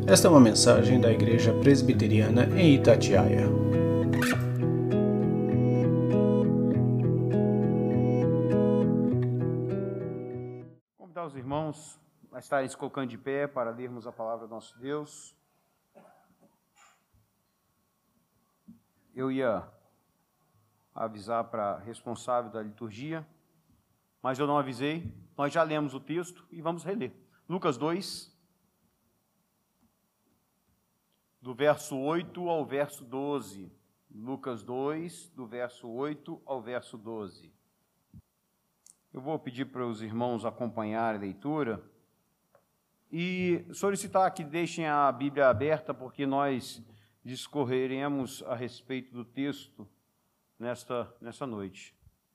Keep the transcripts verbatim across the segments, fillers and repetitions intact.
Esta é uma mensagem da Igreja Presbiteriana em Itatiaia. Convidar os irmãos a estarem se colocando de pé para lermos a palavra do nosso Deus. Eu ia avisar para a responsável da liturgia, mas eu não avisei. Nós já lemos o texto e vamos reler. Lucas dois, do verso oito ao verso doze. Lucas dois, do verso oito ao verso doze. Eu vou pedir para os irmãos acompanharem a leitura e solicitar que deixem a Bíblia aberta, porque nós discorreremos a respeito do texto nesta, nesta noite.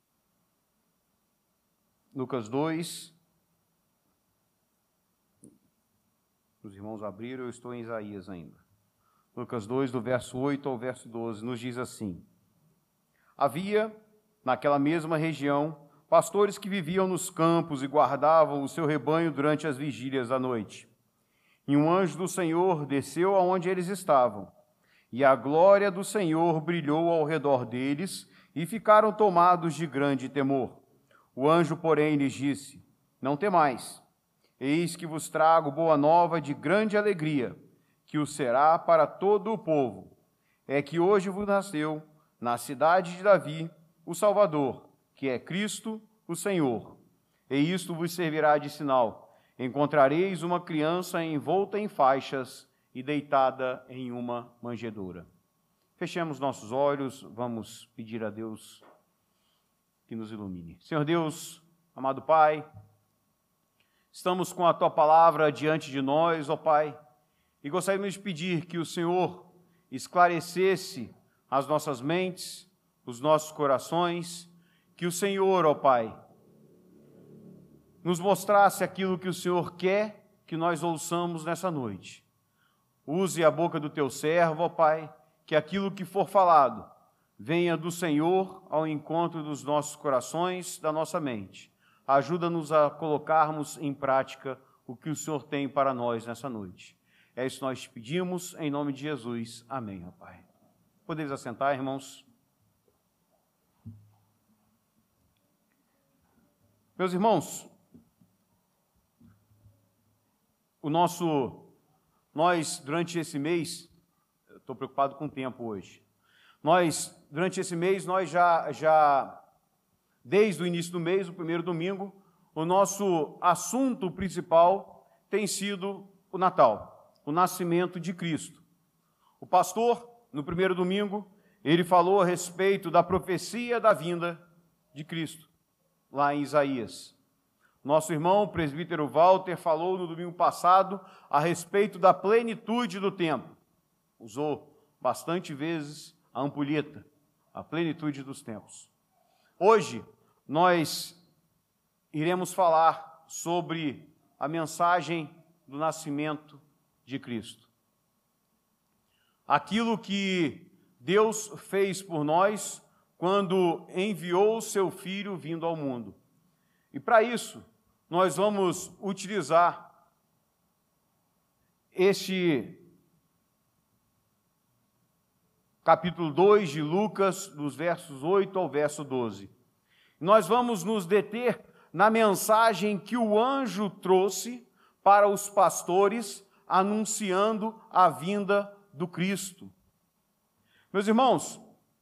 Lucas dois. Os irmãos abriram, eu estou em Isaías ainda. Lucas dois, do verso oito ao verso doze, nos diz assim: Havia, naquela mesma região, pastores que viviam nos campos e guardavam o seu rebanho durante as vigílias da noite. E um anjo do Senhor desceu aonde eles estavam, e a glória do Senhor brilhou ao redor deles, e ficaram tomados de grande temor. O anjo, porém, lhes disse: Não temais, eis que vos trago boa nova de grande alegria, que o será para todo o povo. É que hoje vos nasceu, na cidade de Davi, o Salvador, que é Cristo, o Senhor. E isto vos servirá de sinal: encontrareis uma criança envolta em faixas e deitada em uma manjedoura. Fechemos nossos olhos, vamos pedir a Deus que nos ilumine. Senhor Deus, amado Pai, estamos com a Tua palavra diante de nós, ó Pai, e gostaríamos de pedir que o Senhor esclarecesse as nossas mentes, os nossos corações, que o Senhor, ó Pai, nos mostrasse aquilo que o Senhor quer que nós ouçamos nessa noite. Use a boca do Teu servo, ó Pai, que aquilo que for falado venha do Senhor ao encontro dos nossos corações, da nossa mente. Ajuda-nos a colocarmos em prática o que o Senhor tem para nós nessa noite. É isso que nós te pedimos, em nome de Jesus. Amém, ó Pai. Podemos assentar, irmãos? Meus irmãos, o nosso, nós, durante esse mês, eu estou preocupado com o tempo hoje, nós, durante esse mês, nós já, já, desde o início do mês, o primeiro domingo, o nosso assunto principal tem sido o Natal, o nascimento de Cristo. O pastor, no primeiro domingo, ele falou a respeito da profecia da vinda de Cristo, lá em Isaías. Nosso irmão, o presbítero Walter, falou no domingo passado a respeito da plenitude do tempo. Usou bastante vezes a ampulheta, a plenitude dos tempos. Hoje, nós iremos falar sobre a mensagem do nascimento de Cristo. Aquilo que Deus fez por nós quando enviou o seu Filho vindo ao mundo. E para isso, nós vamos utilizar este capítulo dois de Lucas, dos versos oito ao verso doze. Nós vamos nos deter na mensagem que o anjo trouxe para os pastores, anunciando a vinda do Cristo. Meus irmãos,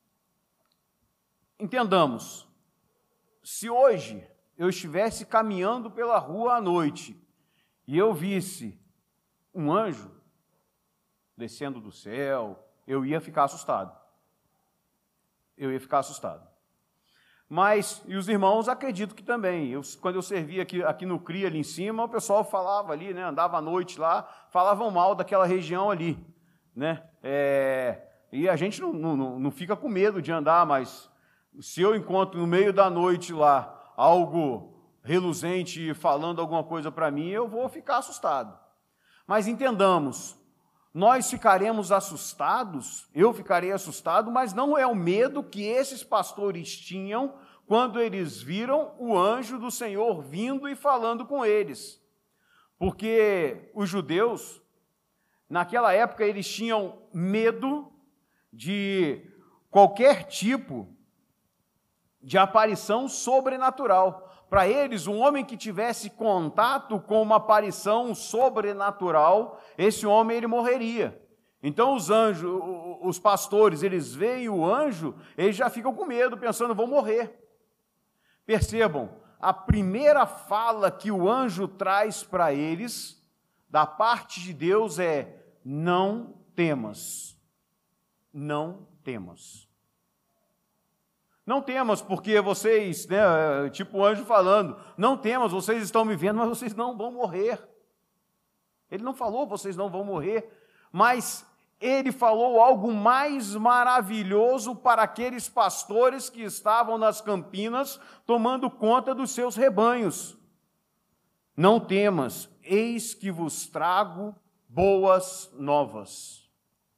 entendamos, se hoje eu estivesse caminhando pela rua à noite e eu visse um anjo descendo do céu, eu ia ficar assustado. Eu ia ficar assustado. Mas, e os irmãos acredito que também, eu, quando eu servia aqui, aqui no C R I, ali em cima, o pessoal falava ali, né, andava à noite lá, falavam mal daquela região ali, né, é, e a gente não, não, não fica com medo de andar, mas se eu encontro no meio da noite lá algo reluzente falando alguma coisa para mim, eu vou ficar assustado. Mas entendamos, nós ficaremos assustados, eu ficarei assustado, mas não é o medo que esses pastores tinham quando eles viram o anjo do Senhor vindo e falando com eles. Porque os judeus, naquela época eles tinham medo de qualquer tipo de aparição sobrenatural. Para eles, um homem que tivesse contato com uma aparição sobrenatural, esse homem ele morreria. Então os anjos, os pastores, eles veem o anjo, eles já ficam com medo, pensando, vão morrer. Percebam, a primeira fala que o anjo traz para eles, da parte de Deus, é: não temas, não temas. Não temas, porque vocês, né, tipo o anjo falando, não temas, vocês estão me vendo, mas vocês não vão morrer. Ele não falou, vocês não vão morrer, mas ele falou algo mais maravilhoso para aqueles pastores que estavam nas campinas, tomando conta dos seus rebanhos. Não temas, eis que vos trago boas novas.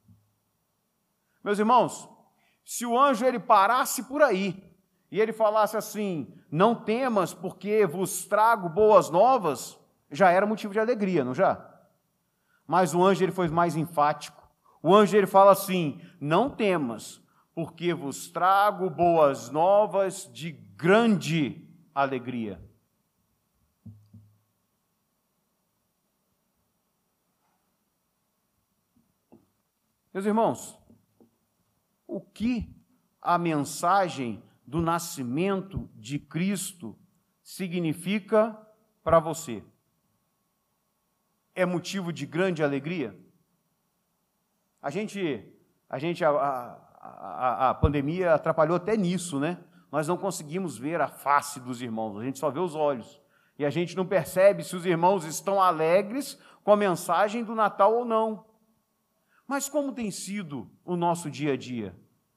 Meus irmãos, se o anjo ele parasse por aí e ele falasse assim, não temas porque vos trago boas novas, já era motivo de alegria, não já? Mas o anjo ele foi mais enfático. O anjo ele fala assim, não temas porque vos trago boas novas de grande alegria. Meus irmãos, o que a mensagem do nascimento de Cristo significa para você? É motivo de grande alegria? A gente, a, gente a, a, a pandemia atrapalhou até nisso, né? Nós não conseguimos ver a face dos irmãos, a gente só vê os olhos. E a gente não percebe se os irmãos estão alegres com a mensagem do Natal ou não. Mas como tem sido o nosso dia a dia?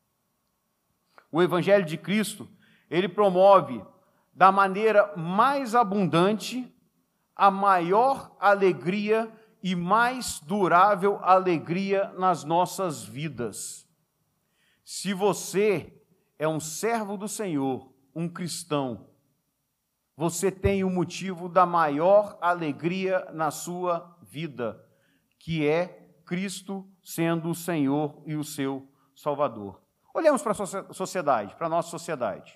O Evangelho de Cristo, ele promove da maneira mais abundante a maior alegria e mais durável alegria nas nossas vidas. Se você é um servo do Senhor, um cristão, você tem o motivo da maior alegria na sua vida, que é Cristo sendo o Senhor e o seu Salvador. Olhemos para a sociedade, para a nossa sociedade.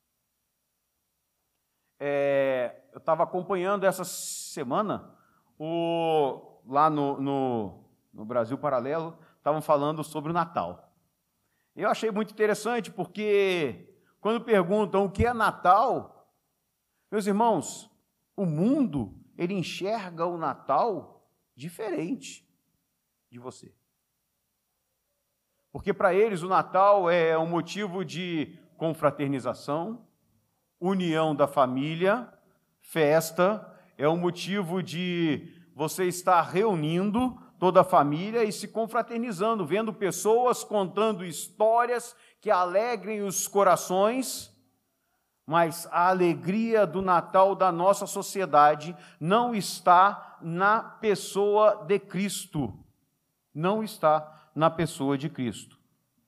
É, eu estava acompanhando essa semana, o, lá no, no, no Brasil Paralelo, estavam falando sobre o Natal. Eu achei muito interessante, porque quando perguntam o que é Natal, meus irmãos, o mundo, ele enxerga o Natal diferente de você. Porque para eles o Natal é um motivo de confraternização, união da família, festa, é um motivo de você estar reunindo toda a família e se confraternizando, vendo pessoas contando histórias que alegrem os corações, mas a alegria do Natal da nossa sociedade não está na pessoa de Cristo, não está na pessoa de Cristo.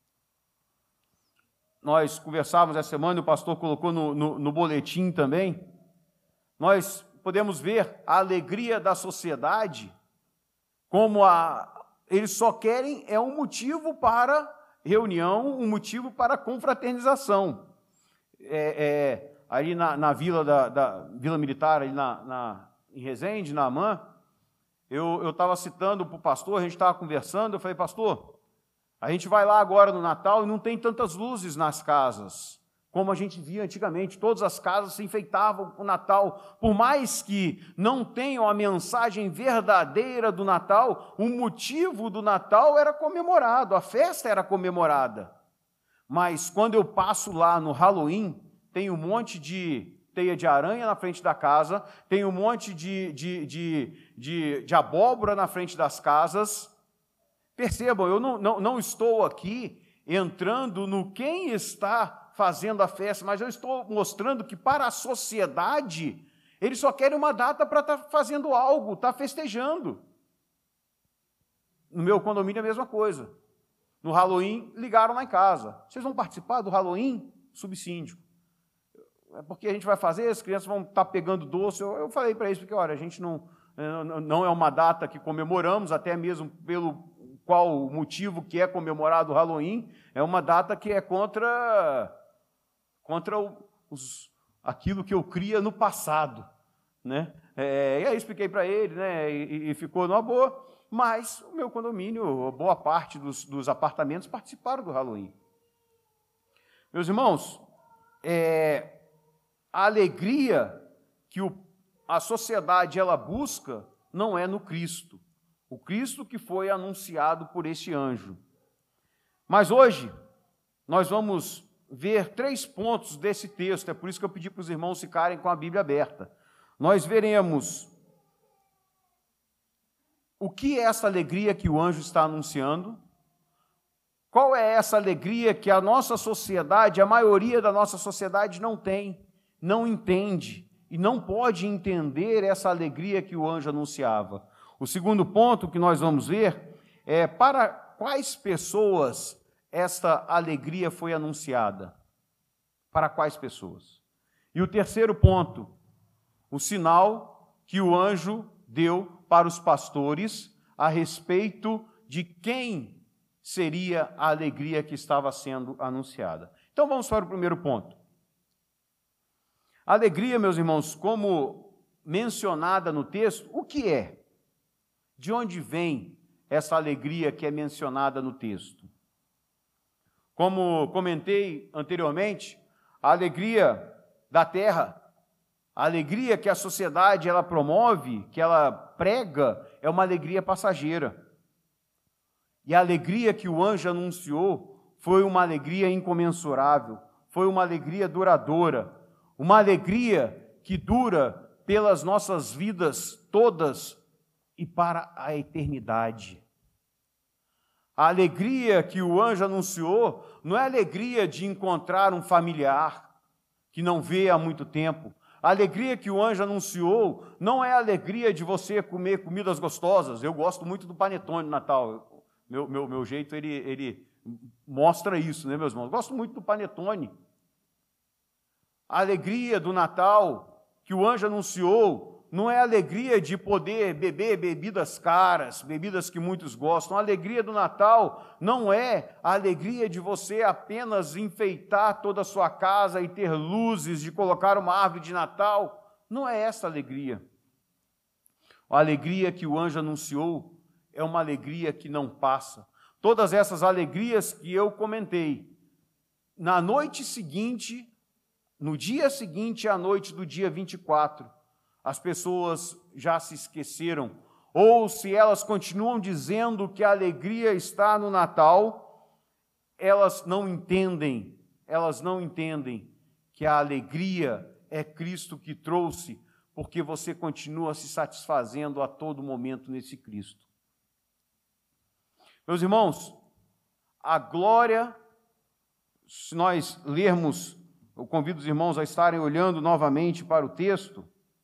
Nós conversávamos essa semana, o pastor colocou no, no, no boletim também, nós podemos ver a alegria da sociedade como a, eles só querem, é um motivo para reunião, um motivo para confraternização. É, é, ali na, na vila, da, da Vila Militar, ali na, na, em Resende, na Amã, eu estava citando para o pastor, a gente estava conversando, eu falei, pastor, a gente vai lá agora no Natal e não tem tantas luzes nas casas, como a gente via antigamente, todas as casas se enfeitavam com o Natal, por mais que não tenham a mensagem verdadeira do Natal, o motivo do Natal era comemorado, a festa era comemorada. Mas quando eu passo lá no Halloween, tem um monte de teia de aranha na frente da casa, tem um monte de, de, de, de, de abóbora na frente das casas. Percebam, eu não, não, não estou aqui entrando no quem está fazendo a festa, mas eu estou mostrando que para a sociedade, eles só querem uma data para estar fazendo algo, estar festejando. No meu condomínio é a mesma coisa. No Halloween, ligaram lá em casa. Vocês vão participar do Halloween? Subsíndico. É porque a gente vai fazer, as crianças vão estar pegando doce. Eu, eu falei para eles, porque, olha, a gente não, não é uma data que comemoramos, até mesmo pelo qual o motivo que é comemorado o Halloween, é uma data que é contra, contra os, aquilo que eu cria no passado, né? É, e aí expliquei para ele, né, e, e ficou numa boa, mas o meu condomínio, boa parte dos, dos apartamentos participaram do Halloween. Meus irmãos, é, a alegria que o, a sociedade ela busca não é no Cristo, o Cristo que foi anunciado por este anjo. Mas hoje, nós vamos ver três pontos desse texto, é por isso que eu pedi para os irmãos ficarem com a Bíblia aberta. Nós veremos o que é essa alegria que o anjo está anunciando, qual é essa alegria que a nossa sociedade, a maioria da nossa sociedade não tem, não entende e não pode entender essa alegria que o anjo anunciava. O segundo ponto que nós vamos ver é para quais pessoas esta alegria foi anunciada. Para quais pessoas? E o terceiro ponto, o sinal que o anjo deu para os pastores a respeito de quem seria a alegria que estava sendo anunciada. Então vamos para o primeiro ponto. A alegria, meus irmãos, como mencionada no texto, o que é? De onde vem essa alegria que é mencionada no texto? Como comentei anteriormente, a alegria da terra, a alegria que a sociedade ela promove, que ela prega, é uma alegria passageira. E a alegria que o anjo anunciou foi uma alegria incomensurável, foi uma alegria duradoura, uma alegria que dura pelas nossas vidas todas e para a eternidade. A alegria que o anjo anunciou não é a alegria de encontrar um familiar que não vê há muito tempo. A alegria que o anjo anunciou não é a alegria de você comer comidas gostosas. Eu gosto muito do panetone no Natal. Meu, meu, meu jeito, ele, ele mostra isso, né, meus irmãos? Eu gosto muito do panetone. A alegria do Natal que o anjo anunciou não é a alegria de poder beber bebidas caras, bebidas que muitos gostam. A alegria do Natal não é a alegria de você apenas enfeitar toda a sua casa e ter luzes, de colocar uma árvore de Natal. Não é essa a alegria. A alegria que o anjo anunciou é uma alegria que não passa. Todas essas alegrias que eu comentei, na noite seguinte, no dia seguinte à noite do dia vinte e quatro, as pessoas já se esqueceram, ou se elas continuam dizendo que a alegria está no Natal, elas não entendem, elas não entendem que a alegria é Cristo que trouxe, porque você continua se satisfazendo a todo momento nesse Cristo. Meus irmãos, a glória, se nós lermos, eu convido os irmãos a estarem olhando novamente para o texto,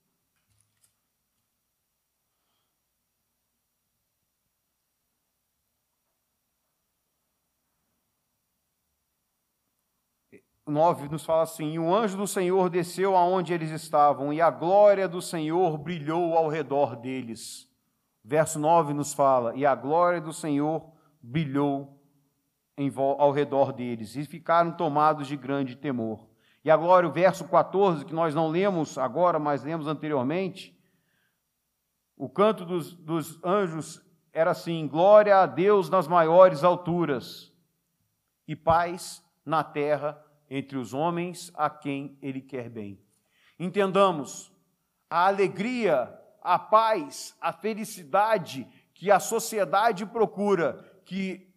nove nos fala assim: e o anjo do Senhor desceu aonde eles estavam, e a glória do Senhor brilhou ao redor deles. Verso nove nos fala: e a glória do Senhor brilhou em, ao redor deles, e ficaram tomados de grande temor. E a glória, o verso quatorze, que nós não lemos agora, mas lemos anteriormente, o canto dos, dos anjos era assim: glória a Deus nas maiores alturas, e paz na terra entre os homens a quem Ele quer bem. Entendamos, a alegria, a paz, a felicidade que a sociedade procura, que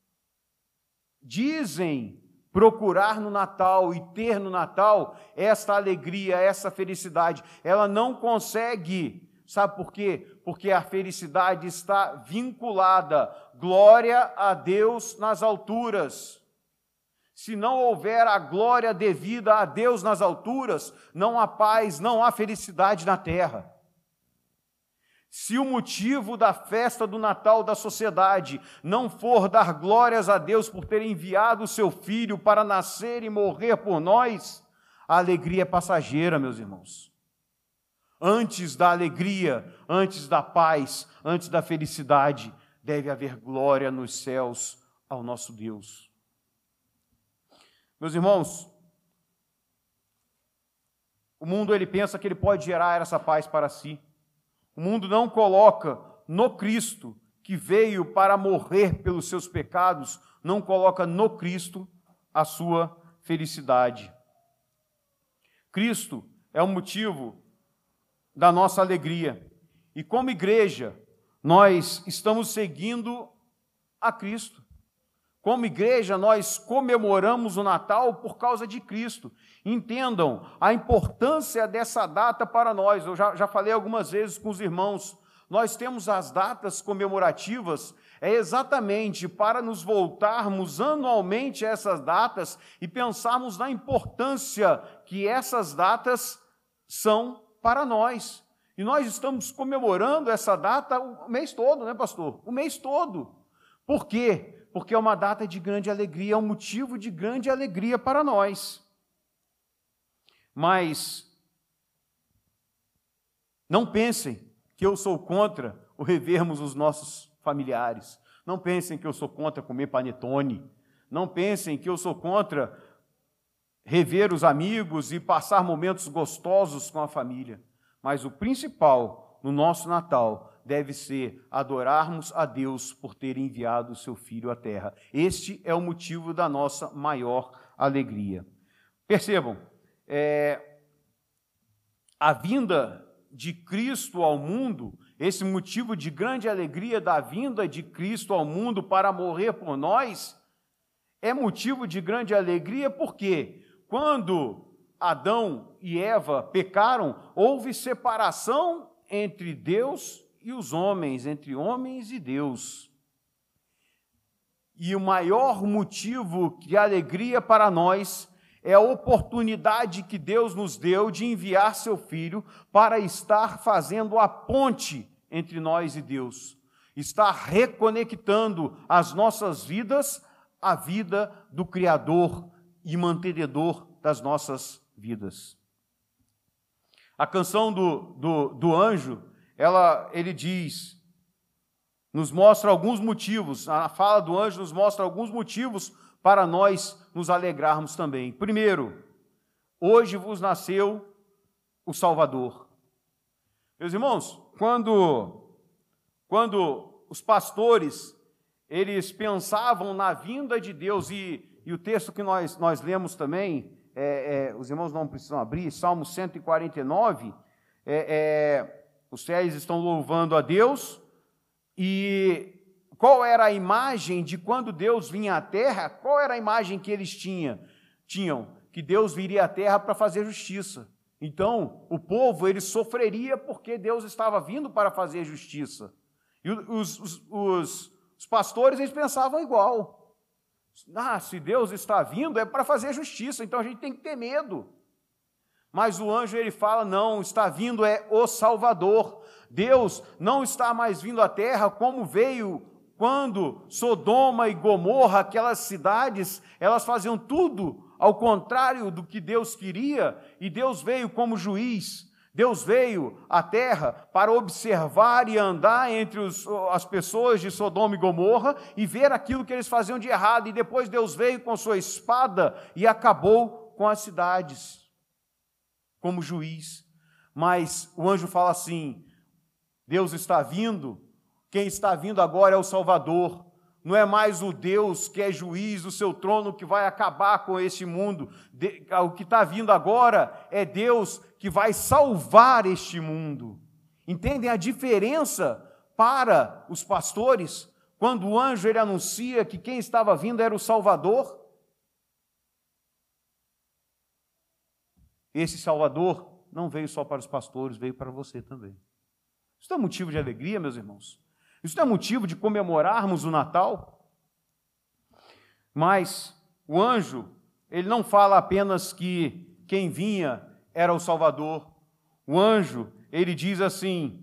dizem procurar no Natal e ter no Natal, esta alegria, essa felicidade, ela não consegue, sabe por quê? Porque a felicidade está vinculada, glória a Deus nas alturas. Se não houver a glória devida a Deus nas alturas, não há paz, não há felicidade na terra. Se o motivo da festa do Natal da sociedade não for dar glórias a Deus por ter enviado o seu Filho para nascer e morrer por nós, a alegria é passageira, meus irmãos. Antes da alegria, antes da paz, antes da felicidade, deve haver glória nos céus ao nosso Deus. Meus irmãos, o mundo ele pensa que ele pode gerar essa paz para si. O mundo não coloca no Cristo, que veio para morrer pelos seus pecados, não coloca no Cristo a sua felicidade. Cristo é o motivo da nossa alegria. E como igreja, nós estamos seguindo a Cristo. Como igreja, nós comemoramos o Natal por causa de Cristo. Entendam a importância dessa data para nós. Eu já, já falei algumas vezes com os irmãos. Nós temos as datas comemorativas, é exatamente para nos voltarmos anualmente a essas datas e pensarmos na importância que essas datas são para nós. E nós estamos comemorando essa data o mês todo, né, pastor? O mês todo. Por quê? Porque é uma data de grande alegria, é um motivo de grande alegria para nós. Mas não pensem que eu sou contra o revermos os nossos familiares. Não pensem que eu sou contra comer panetone. Não pensem que eu sou contra rever os amigos e passar momentos gostosos com a família. Mas o principal no nosso Natal deve ser adorarmos a Deus por ter enviado o seu Filho à terra. Este é o motivo da nossa maior alegria. Percebam, é, a vinda de Cristo ao mundo, esse motivo de grande alegria da vinda de Cristo ao mundo para morrer por nós, é motivo de grande alegria porque quando Adão e Eva pecaram, houve separação entre Deus e os homens, entre homens e Deus. E o maior motivo de alegria para nós é a oportunidade que Deus nos deu de enviar seu Filho para estar fazendo a ponte entre nós e Deus, estar reconectando as nossas vidas à vida do Criador e mantenedor das nossas vidas. A canção do, do, do anjo, ela, ele diz, nos mostra alguns motivos, a fala do anjo nos mostra alguns motivos para nós nos alegrarmos também. Primeiro, hoje vos nasceu o Salvador. Meus irmãos, quando, quando os pastores, eles pensavam na vinda de Deus, e, e o texto que nós, nós lemos também, é, é, os irmãos não precisam abrir, Salmo cento e quarenta e nove, é, é, os céus estão louvando a Deus, e qual era a imagem de quando Deus vinha à terra? Qual era a imagem que eles tinham? Tinham que Deus viria à terra para fazer justiça. Então, o povo, ele sofreria porque Deus estava vindo para fazer justiça. E os, os, os, os pastores, eles pensavam igual. Ah, se Deus está vindo, é para fazer justiça, então a gente tem que ter medo. Mas o anjo, ele fala, não, está vindo é o Salvador. Deus não está mais vindo à terra como veio quando Sodoma e Gomorra, aquelas cidades, elas faziam tudo ao contrário do que Deus queria, e Deus veio como juiz. Deus veio à terra para observar e andar entre os, as pessoas de Sodoma e Gomorra e ver aquilo que eles faziam de errado, e depois Deus veio com sua espada e acabou com as cidades, como juiz. Mas o anjo fala assim, Deus está vindo, quem está vindo agora é o Salvador, não é mais o Deus que é juiz do seu trono que vai acabar com este mundo, o que está vindo agora é Deus que vai salvar este mundo. Entendem a diferença para os pastores, quando o anjo ele anuncia que quem estava vindo era o Salvador? Esse Salvador não veio só para os pastores, veio para você também. Isso não é motivo de alegria, meus irmãos? Isso não é motivo de comemorarmos o Natal? Mas o anjo, ele não fala apenas que quem vinha era o Salvador. O anjo, ele diz assim,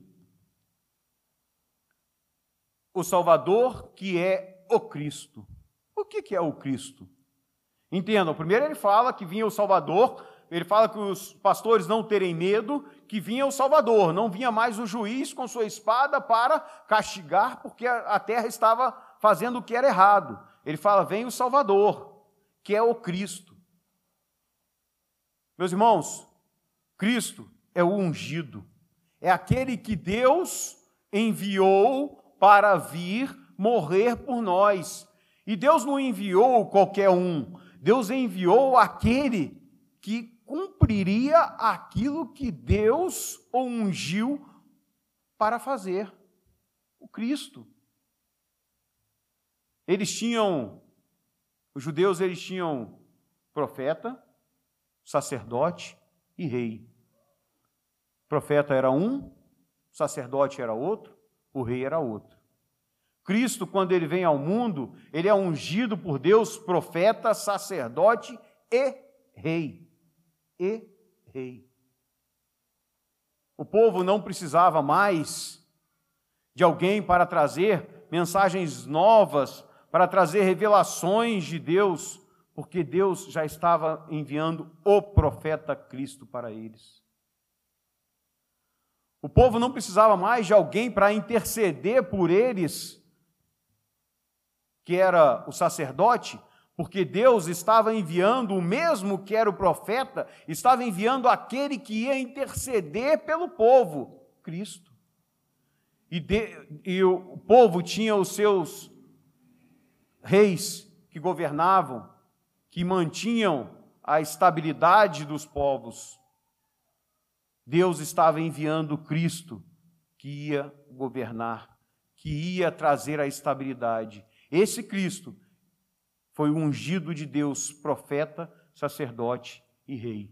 o Salvador que é o Cristo. O que é o Cristo? Entendam, primeiro ele fala que vinha o Salvador, ele fala que os pastores não terem medo, que vinha o Salvador, não vinha mais o juiz com sua espada para castigar, porque a terra estava fazendo o que era errado. Ele fala, vem o Salvador, que é o Cristo. Meus irmãos, Cristo é o ungido, é aquele que Deus enviou para vir morrer por nós. E Deus não enviou qualquer um, Deus enviou aquele que cumpriria aquilo que Deus o ungiu para fazer, o Cristo. Eles tinham, os judeus eles tinham profeta, sacerdote e rei. O profeta era um, o sacerdote era outro, o rei era outro. Cristo, quando ele vem ao mundo, ele é ungido por Deus, profeta, sacerdote e rei. E rei. O povo não precisava mais de alguém para trazer mensagens novas, para trazer revelações de Deus, porque Deus já estava enviando o profeta Cristo para eles. O povo não precisava mais de alguém para interceder por eles, que era o sacerdote, porque Deus estava enviando o mesmo que era o profeta, estava enviando aquele que ia interceder pelo povo, Cristo. E, de, e o povo tinha os seus reis que governavam, que mantinham a estabilidade dos povos. Deus estava enviando Cristo, que ia governar, que ia trazer a estabilidade. Esse Cristo foi o ungido de Deus, profeta, sacerdote e rei.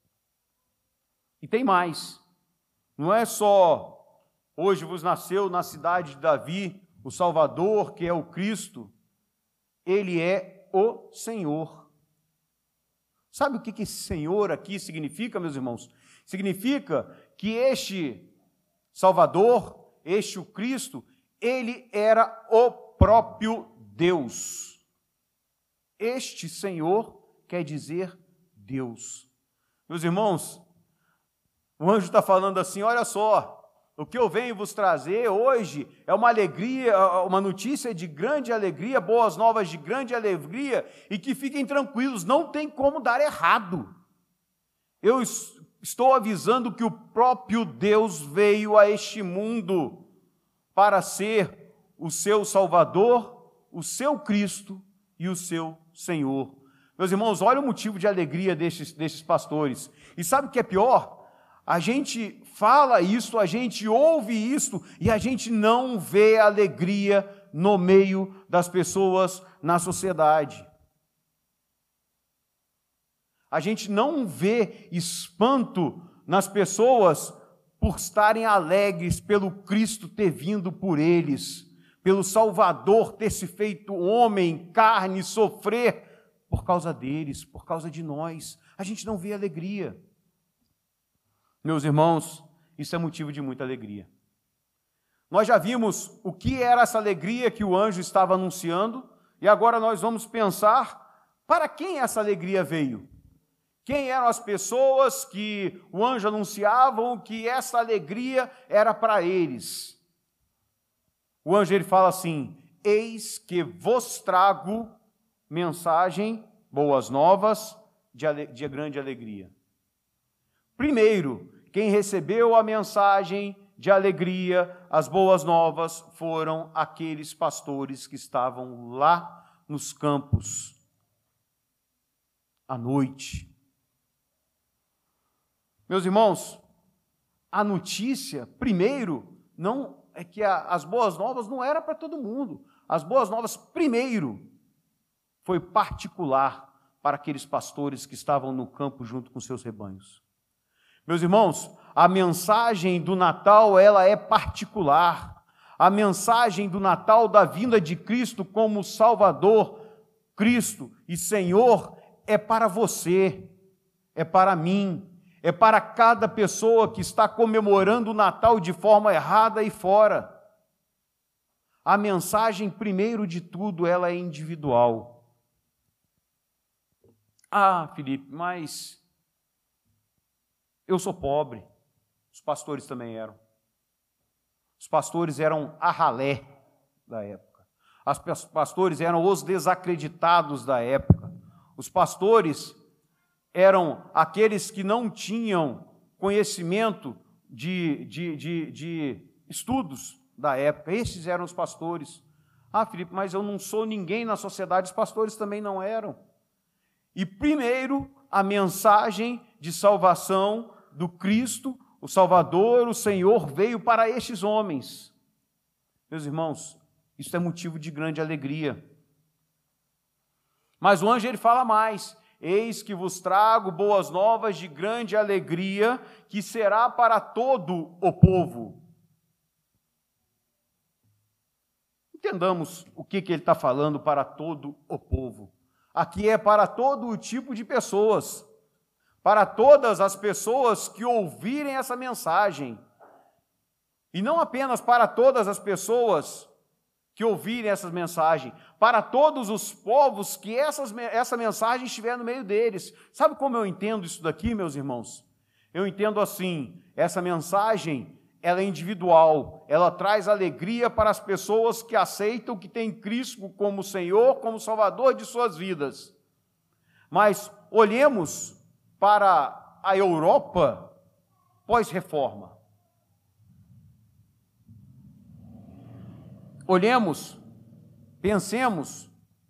E tem mais. Não é só hoje vos nasceu na cidade de Davi o Salvador, que é o Cristo. Ele é o Senhor. Sabe o que esse Senhor aqui significa, meus irmãos? Significa que este Salvador, este o Cristo, ele era o próprio Deus. Este Senhor quer dizer Deus. Meus irmãos, o anjo está falando assim, olha só, o que eu venho vos trazer hoje é uma alegria, uma notícia de grande alegria, boas novas de grande alegria, e que fiquem tranquilos, não tem como dar errado. Eu estou avisando que o próprio Deus veio a este mundo para ser o seu Salvador, o seu Cristo e o seu Senhor. Meus irmãos, olha o motivo de alegria destes, destes pastores. E sabe o que é pior? A gente fala isso, a gente ouve isso e a gente não vê alegria no meio das pessoas na sociedade. A gente não vê espanto nas pessoas por estarem alegres pelo Cristo ter vindo por eles, pelo Salvador ter se feito homem, carne, sofrer por causa deles, por causa de nós. A gente não vê alegria. Meus irmãos, isso é motivo de muita alegria. Nós já vimos o que era essa alegria que o anjo estava anunciando, e agora nós vamos pensar para quem essa alegria veio. Quem eram as pessoas que o anjo anunciavam que essa alegria era para eles? O anjo ele fala assim, eis que vos trago mensagem, boas novas, de, ale- de grande alegria. Primeiro, quem recebeu a mensagem de alegria, as boas novas, foram aqueles pastores que estavam lá nos campos, à noite. Meus irmãos, a notícia, primeiro, não é que a, as boas novas não era para todo mundo. As boas novas, primeiro, foi particular para aqueles pastores que estavam no campo junto com seus rebanhos. Meus irmãos, a mensagem do Natal, ela é particular. A mensagem do Natal da vinda de Cristo como Salvador, Cristo e Senhor, é para você, é para mim, é para cada pessoa que está comemorando o Natal de forma errada e fora. A mensagem, primeiro de tudo, ela é individual. Ah, Felipe, mas Eu sou pobre, os pastores também eram. Os pastores eram a ralé da época. Os pastores eram os desacreditados da época. Os pastores eram aqueles que não tinham conhecimento de, de, de, de estudos da época. Esses eram os pastores. Ah, Felipe, mas eu não sou ninguém na sociedade. Os pastores também não eram. E primeiro, a mensagem de salvação do Cristo, o Salvador, o Senhor, veio para estes homens. Meus irmãos, isso é motivo de grande alegria. Mas o anjo ele fala mais: eis que vos trago boas novas de grande alegria, que será para todo o povo. Entendamos o que, que ele está falando para todo o povo. Aqui é para todo o tipo de pessoas, para todas as pessoas que ouvirem essa mensagem. E não apenas para todas as pessoas que ouvirem essa mensagem, para todos os povos que essas, essa mensagem estiver no meio deles. Sabe como eu entendo isso daqui, meus irmãos? Eu entendo assim: essa mensagem, ela é individual, ela traz alegria para as pessoas que aceitam que tem Cristo como Senhor, como Salvador de suas vidas. Mas olhemos para a Europa pós-reforma. Olhemos, pensemos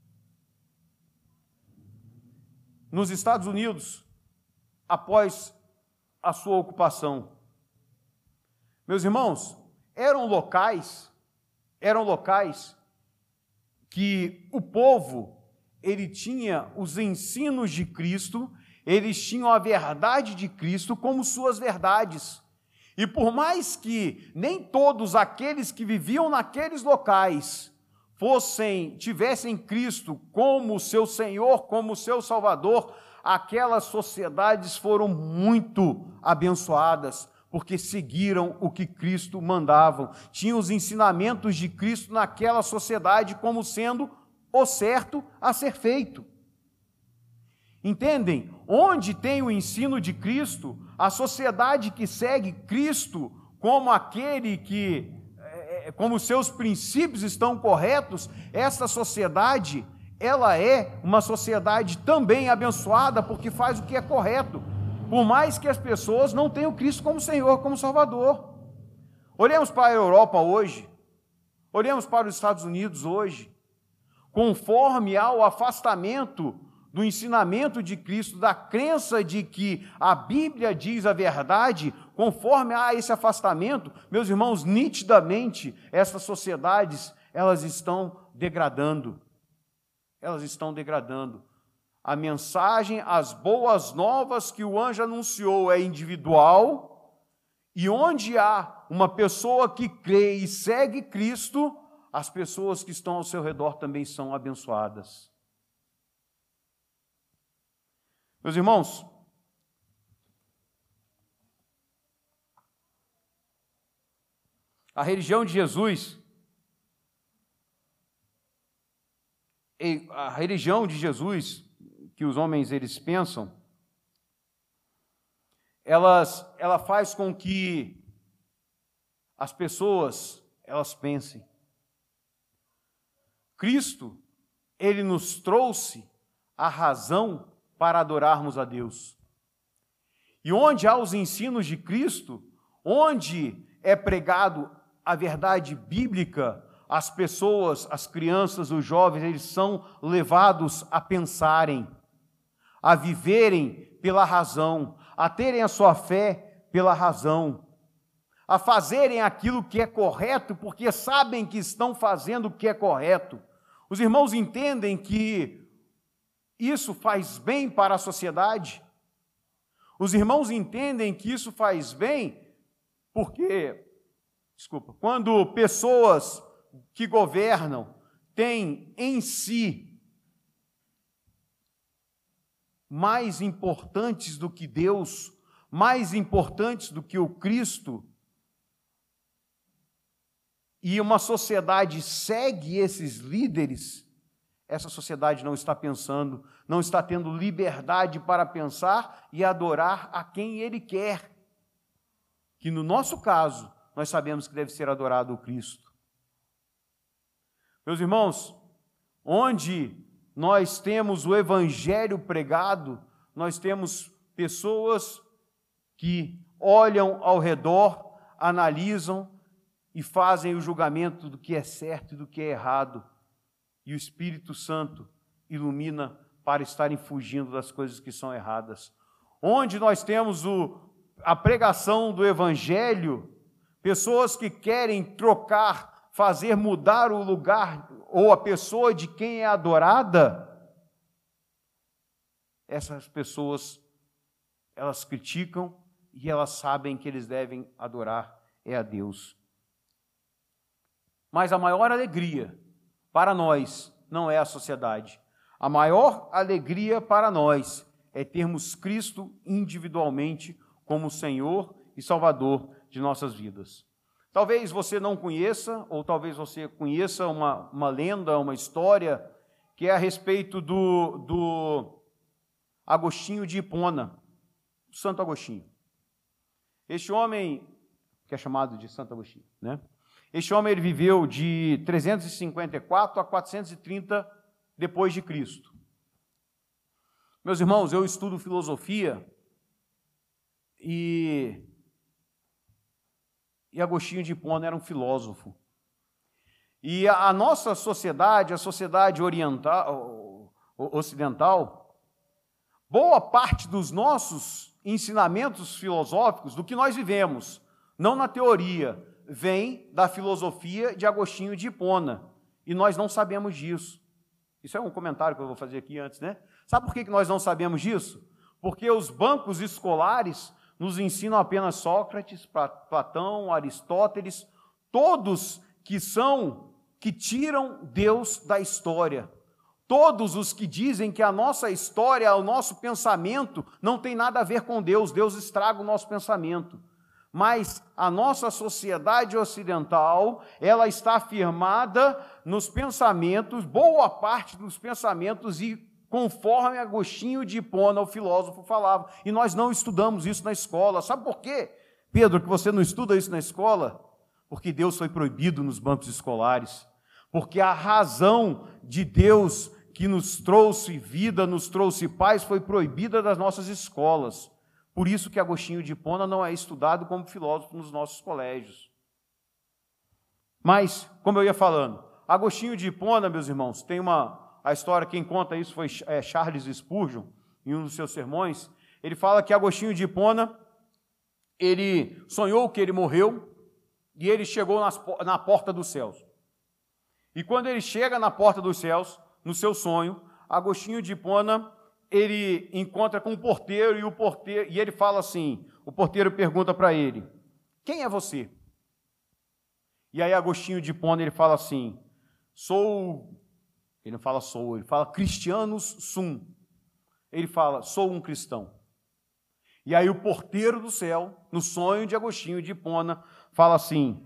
nos Estados Unidos após a sua ocupação. Meus irmãos, eram locais, eram locais que o povo, ele tinha os ensinos de Cristo, eles tinham a verdade de Cristo como suas verdades. E por mais que nem todos aqueles que viviam naqueles locais fossem, tivessem Cristo como seu Senhor, como seu Salvador, aquelas sociedades foram muito abençoadas, porque seguiram o que Cristo mandava. Tinham os ensinamentos de Cristo naquela sociedade como sendo o certo a ser feito. Entendem? Onde tem o ensino de Cristo, a sociedade que segue Cristo como aquele que, como seus princípios estão corretos, essa sociedade, ela é uma sociedade também abençoada, porque faz o que é correto, por mais que as pessoas não tenham Cristo como Senhor, como Salvador. Olhemos para a Europa hoje, olhemos para os Estados Unidos hoje, conforme ao afastamento do ensinamento de Cristo, da crença de que a Bíblia diz a verdade, conforme a esse afastamento, meus irmãos, nitidamente, essas sociedades, elas estão degradando. Elas estão degradando. A mensagem, as boas novas que o anjo anunciou é individual, e onde há uma pessoa que crê e segue Cristo, as pessoas que estão ao seu redor também são abençoadas. Meus irmãos, a religião de Jesus, a religião de Jesus, que os homens eles pensam, elas, ela faz com que as pessoas elas pensem. Cristo, ele nos trouxe a razão para adorarmos a Deus. E onde há os ensinos de Cristo, onde é pregado a verdade bíblica, as pessoas, as crianças, os jovens, eles são levados a pensarem, a viverem pela razão, a terem a sua fé pela razão, a fazerem aquilo que é correto, porque sabem que estão fazendo o que é correto. Os irmãos entendem que isso faz bem para a sociedade? Os irmãos entendem que isso faz bem porque, desculpa, quando pessoas que governam têm em si mais importantes do que Deus, mais importantes do que o Cristo, e uma sociedade segue esses líderes, Essa sociedade não está pensando, não está tendo liberdade para pensar e adorar a quem ele quer. Que no nosso caso, nós sabemos que deve ser adorado o Cristo. Meus irmãos, onde nós temos o evangelho pregado, nós temos pessoas que olham ao redor, analisam e fazem o julgamento do que é certo e do que é errado. E o Espírito Santo ilumina para estarem fugindo das coisas que são erradas. Onde nós temos o, a pregação do Evangelho, pessoas que querem trocar, fazer mudar o lugar ou a pessoa de quem é adorada, essas pessoas, elas criticam e elas sabem que eles devem adorar é a Deus. Mas a maior alegria para nós não é a sociedade. A maior alegria para nós é termos Cristo individualmente como Senhor e Salvador de nossas vidas. Talvez você não conheça, ou talvez você conheça uma, uma lenda, uma história, que é a respeito do, do Agostinho de Hipona, Santo Agostinho. Este homem, que é chamado de Santo Agostinho, né? Este homem ele viveu de trezentos e cinquenta e quatro a quatrocentos e trinta depois de Cristo. Meus irmãos, eu estudo filosofia e, e Agostinho de Hipona era um filósofo. E a, a nossa sociedade, a sociedade oriental, ocidental, boa parte dos nossos ensinamentos filosóficos, do que nós vivemos, não na teoria, vem da filosofia de Agostinho de Hipona, e nós não sabemos disso. Isso é um comentário que eu vou fazer aqui antes, né? Sabe por que nós não sabemos disso? Porque os bancos escolares nos ensinam apenas Sócrates, Platão, Aristóteles, todos que são, que tiram Deus da história. Todos os que dizem que a nossa história, o nosso pensamento, não tem nada a ver com Deus, Deus estraga o nosso pensamento. Mas a nossa sociedade ocidental, ela está firmada nos pensamentos, boa parte dos pensamentos, e conforme Agostinho de Hipona, o filósofo, falava. E nós não estudamos isso na escola. Sabe por quê, Pedro, que você não estuda isso na escola? Porque Deus foi proibido nos bancos escolares. Porque a razão de Deus que nos trouxe vida, nos trouxe paz, foi proibida das nossas escolas. Por isso que Agostinho de Hipona não é estudado como filósofo nos nossos colégios. Mas, como eu ia falando, Agostinho de Hipona, meus irmãos, tem uma... A história, quem conta isso foi é, Charles Spurgeon, em um dos seus sermões. Ele fala que Agostinho de Hipona, ele sonhou que ele morreu e ele chegou nas, na porta dos céus. E quando ele chega na porta dos céus, no seu sonho, Agostinho de Hipona, ele encontra com o porteiro e o porteiro e ele fala assim, o porteiro pergunta para ele, quem é você? E aí Agostinho de Hipona, ele fala assim, sou, ele não fala sou, ele fala Christianus sum, ele fala, sou um cristão. E aí o porteiro do céu, no sonho de Agostinho de Hipona, fala assim,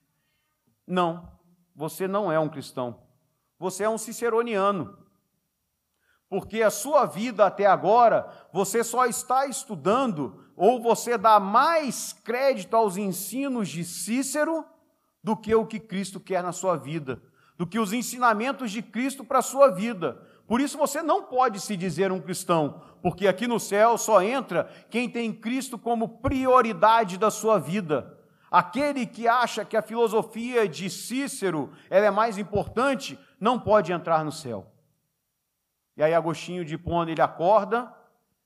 não, você não é um cristão, você é um ciceroniano. Porque a sua vida até agora, você só está estudando, ou você dá mais crédito aos ensinos de Cícero do que o que Cristo quer na sua vida, do que os ensinamentos de Cristo para a sua vida. Por isso você não pode se dizer um cristão, porque aqui no céu só entra quem tem Cristo como prioridade da sua vida. Aquele que acha que a filosofia de Cícero ela é mais importante, não pode entrar no céu. E aí Agostinho de Hipona, ele acorda,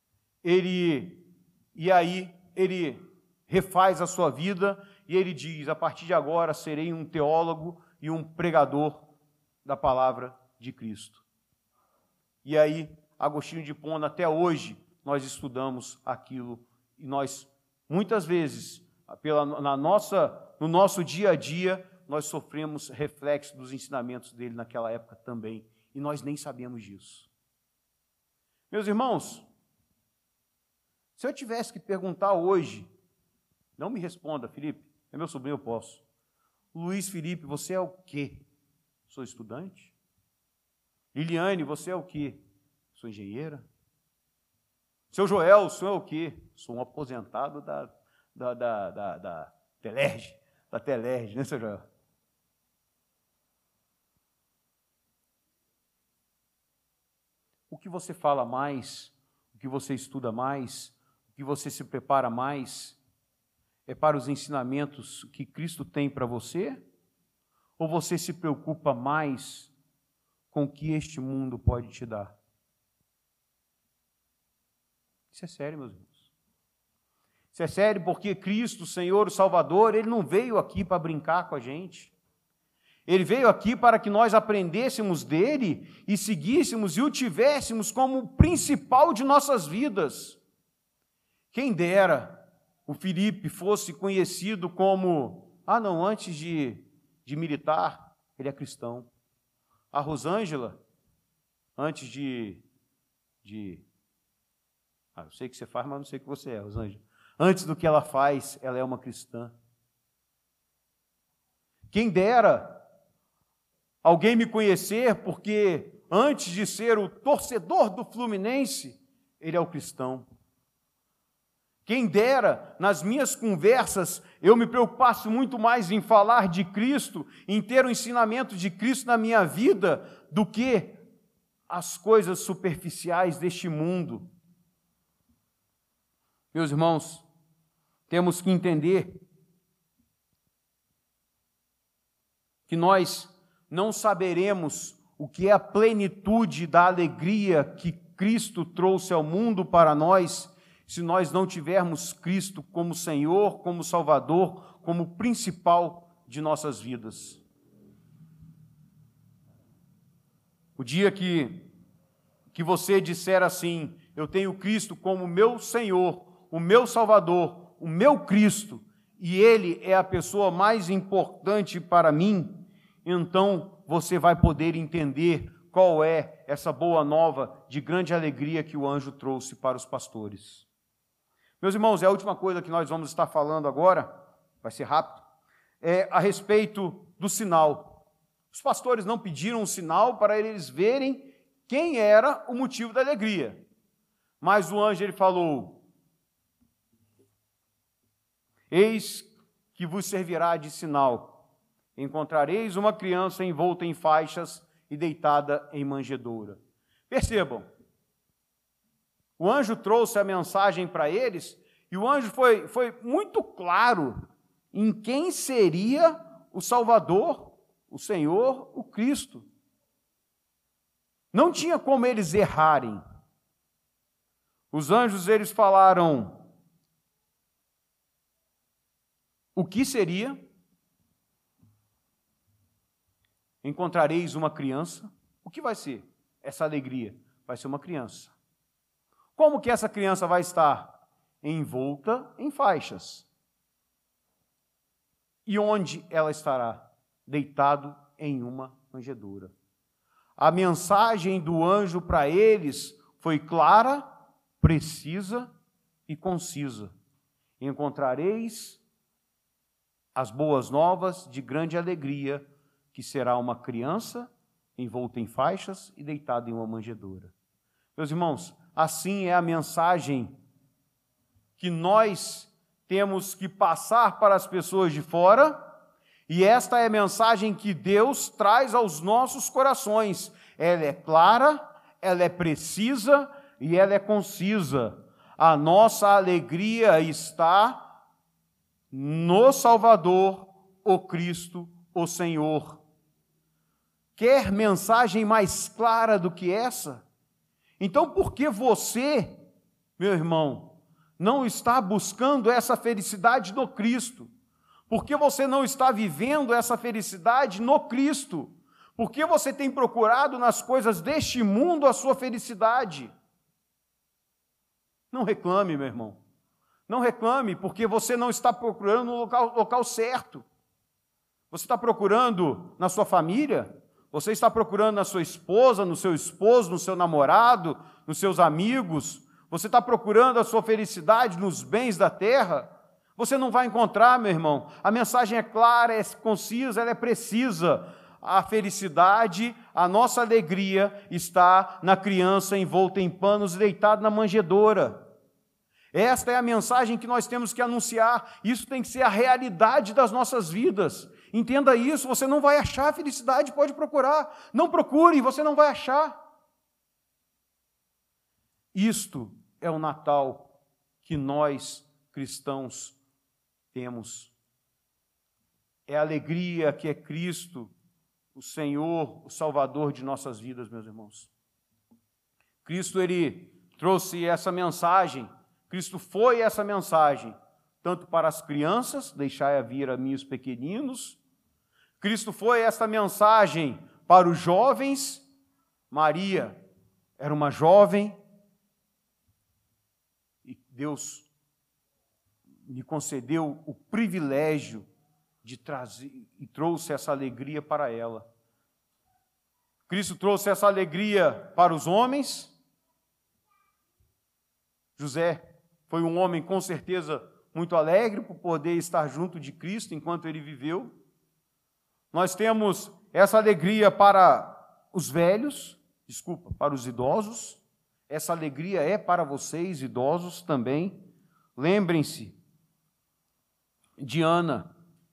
ele, e aí ele refaz a sua vida, e ele diz, a partir de agora serei um teólogo e um pregador da palavra de Cristo. E aí, Agostinho de Hipona, até hoje, nós estudamos aquilo, e nós, muitas vezes, pela, na nossa, no nosso dia a dia, nós sofremos reflexo dos ensinamentos dele naquela época também, e nós nem sabemos disso. Meus irmãos, se eu tivesse que perguntar hoje, não me responda, Felipe, é meu sobrinho, eu posso. Luiz Felipe, você é o quê? Sou estudante? Liliane, você é o quê? Sou engenheira. Seu Joel, o senhor é o quê? Sou um aposentado da, da, da, da, da Telerge, da Telerge, né, seu Joel? O que você fala mais, o que você estuda mais, o que você se prepara mais, é para os ensinamentos que Cristo tem para você? Ou você se preocupa mais com o que este mundo pode te dar? Isso é sério, meus irmãos. Isso é sério porque Cristo, o Senhor, o Salvador, Ele não veio aqui para brincar com a gente. Ele veio aqui para que nós aprendêssemos dele e seguíssemos e o tivéssemos como o principal de nossas vidas. Quem dera o Felipe fosse conhecido como, ah não, antes de, de militar, ele é cristão. A Rosângela, antes de, de... Ah, eu sei o que você faz, mas não sei o que você é, Rosângela. Antes do que ela faz, ela é uma cristã. Quem dera alguém me conhecer, porque antes de ser o torcedor do Fluminense, ele é o cristão. Quem dera, nas minhas conversas, eu me preocupasse muito mais em falar de Cristo, em ter o ensinamento de Cristo na minha vida, do que as coisas superficiais deste mundo. Meus irmãos, temos que entender que nós não saberemos o que é a plenitude da alegria que Cristo trouxe ao mundo para nós, se nós não tivermos Cristo como Senhor, como Salvador, como principal de nossas vidas. O dia que, que você disser assim, eu tenho Cristo como meu Senhor, o meu Salvador, o meu Cristo, e Ele é a pessoa mais importante para mim, então você vai poder entender qual é essa boa nova de grande alegria que o anjo trouxe para os pastores. Meus irmãos, é a última coisa que nós vamos estar falando agora, vai ser rápido, é a respeito do sinal. Os pastores não pediram um sinal para eles verem quem era o motivo da alegria, mas o anjo ele falou, eis que vos servirá de sinal, encontrareis uma criança envolta em faixas e deitada em manjedoura. Percebam, o anjo trouxe a mensagem para eles, e o anjo foi, foi muito claro em quem seria o Salvador, o Senhor, o Cristo. Não tinha como eles errarem. Os anjos, eles falaram o que seria. Encontrareis uma criança. O que vai ser essa alegria? Vai ser uma criança. Como que essa criança vai estar? Envolta em faixas. E onde ela estará? Deitado em uma manjedoura. A mensagem do anjo para eles foi clara, precisa e concisa. Encontrareis as boas novas de grande alegria, que será uma criança envolta em faixas e deitada em uma manjedoura. Meus irmãos, assim é a mensagem que nós temos que passar para as pessoas de fora, e esta é a mensagem que Deus traz aos nossos corações. Ela é clara, ela é precisa e ela é concisa. A nossa alegria está no Salvador, o Cristo, o Senhor. Quer mensagem mais clara do que essa? Então, por que você, meu irmão, não está buscando essa felicidade no Cristo? Por que você não está vivendo essa felicidade no Cristo? Por que você tem procurado nas coisas deste mundo a sua felicidade? Não reclame, meu irmão. Não reclame, porque você não está procurando no local, local certo. Você está procurando na sua família? Você está procurando na sua esposa, no seu esposo, no seu namorado, nos seus amigos? Você está procurando a sua felicidade nos bens da terra? Você não vai encontrar, meu irmão. A mensagem é clara, é concisa, ela é precisa. a felicidade, a nossa alegria está na criança envolta em panos, deitada na manjedoura. Esta é a mensagem que nós temos que anunciar. Isso tem que ser a realidade das nossas vidas. Entenda isso, você não vai achar felicidade, pode procurar. Não procure, você não vai achar. Isto é o Natal que nós, cristãos, temos. É a alegria que é Cristo, o Senhor, o Salvador de nossas vidas, meus irmãos. Cristo, Ele trouxe essa mensagem, Cristo foi essa mensagem, tanto para as crianças, deixai vir a mim os pequeninos, Cristo foi essa mensagem para os jovens. Maria era uma jovem, e Deus me concedeu o privilégio de trazer, e trouxe essa alegria para ela. Cristo trouxe essa alegria para os homens. José foi um homem com certeza muito alegre por poder estar junto de Cristo enquanto ele viveu. Nós temos essa alegria para os velhos, desculpa, para os idosos. Essa alegria é para vocês, idosos, também. Lembrem-se de Ana.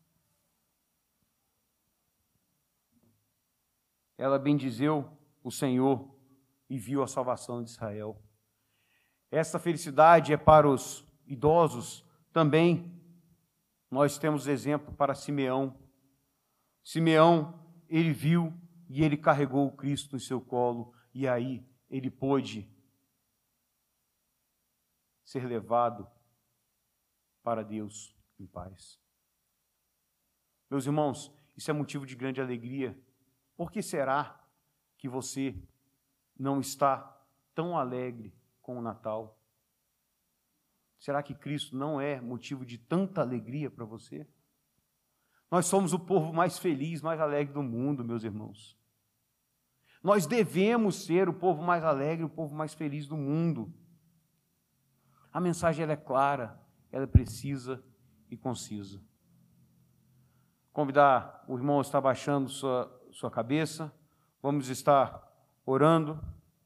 Ela bendizeu o Senhor e viu a salvação de Israel. Essa felicidade é para os idosos também. Nós temos exemplo para Simeão. Simeão, ele viu e ele carregou o Cristo em seu colo, e aí ele pôde ser levado para Deus em paz. Meus irmãos, isso é motivo de grande alegria. Por que será que você não está tão alegre com o Natal? Será que Cristo não é motivo de tanta alegria para você? Nós somos o povo mais feliz, mais alegre do mundo, meus irmãos. Nós devemos ser o povo mais alegre, o povo mais feliz do mundo. A mensagem ela é clara, ela é precisa e concisa. Convidar o irmão a estar baixando sua sua cabeça, vamos estar orando.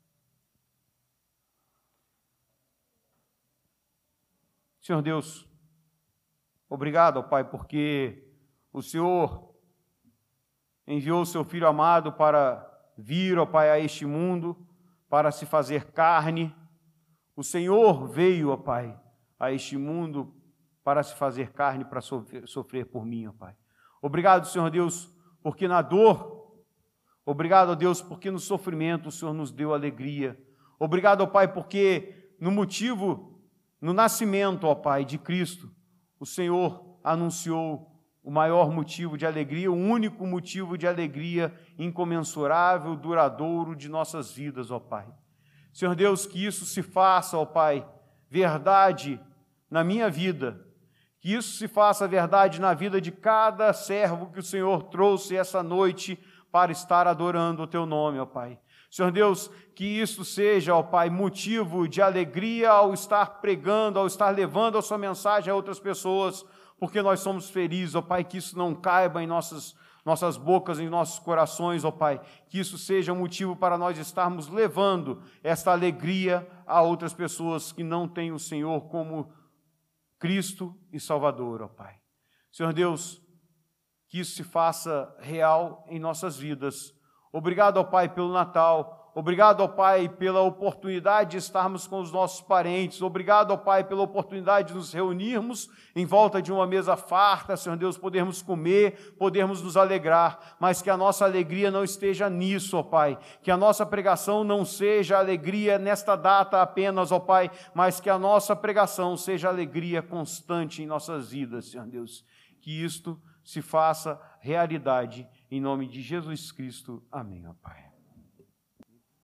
Senhor Deus, obrigado, ó Pai, porque o Senhor enviou o seu Filho amado para vir, ó Pai, a este mundo, para se fazer carne. O Senhor veio, ó Pai, a este mundo para se fazer carne, para sofrer, sofrer por mim, ó Pai. Obrigado, Senhor Deus, porque na dor, obrigado, ó Deus, porque no sofrimento o Senhor nos deu alegria. Obrigado, ó Pai, porque no motivo, no nascimento, ó Pai, de Cristo, o Senhor anunciou o maior motivo de alegria, o único motivo de alegria incomensurável, duradouro de nossas vidas, ó Pai. Senhor Deus, que isso se faça, ó Pai, verdade na minha vida, que isso se faça verdade na vida de cada servo que o Senhor trouxe essa noite para estar adorando o Teu nome, ó Pai. Senhor Deus, que isso seja, ó Pai, motivo de alegria ao estar pregando, ao estar levando a Sua mensagem a outras pessoas, porque nós somos felizes, ó Pai, que isso não caiba em nossas, nossas bocas, em nossos corações, ó Pai, que isso seja motivo para nós estarmos levando esta alegria a outras pessoas que não têm o Senhor como Cristo e Salvador, ó Pai. Senhor Deus, que isso se faça real em nossas vidas. Obrigado, ó Pai, pelo Natal. Obrigado, ó Pai, pela oportunidade de estarmos com os nossos parentes. Obrigado, ó Pai, pela oportunidade de nos reunirmos em volta de uma mesa farta, Senhor Deus, podermos comer, podermos nos alegrar, mas que a nossa alegria não esteja nisso, ó Pai. Que a nossa pregação não seja alegria nesta data apenas, ó Pai, mas que a nossa pregação seja alegria constante em nossas vidas, Senhor Deus. Que isto se faça realidade, em nome de Jesus Cristo. Amém, ó Pai.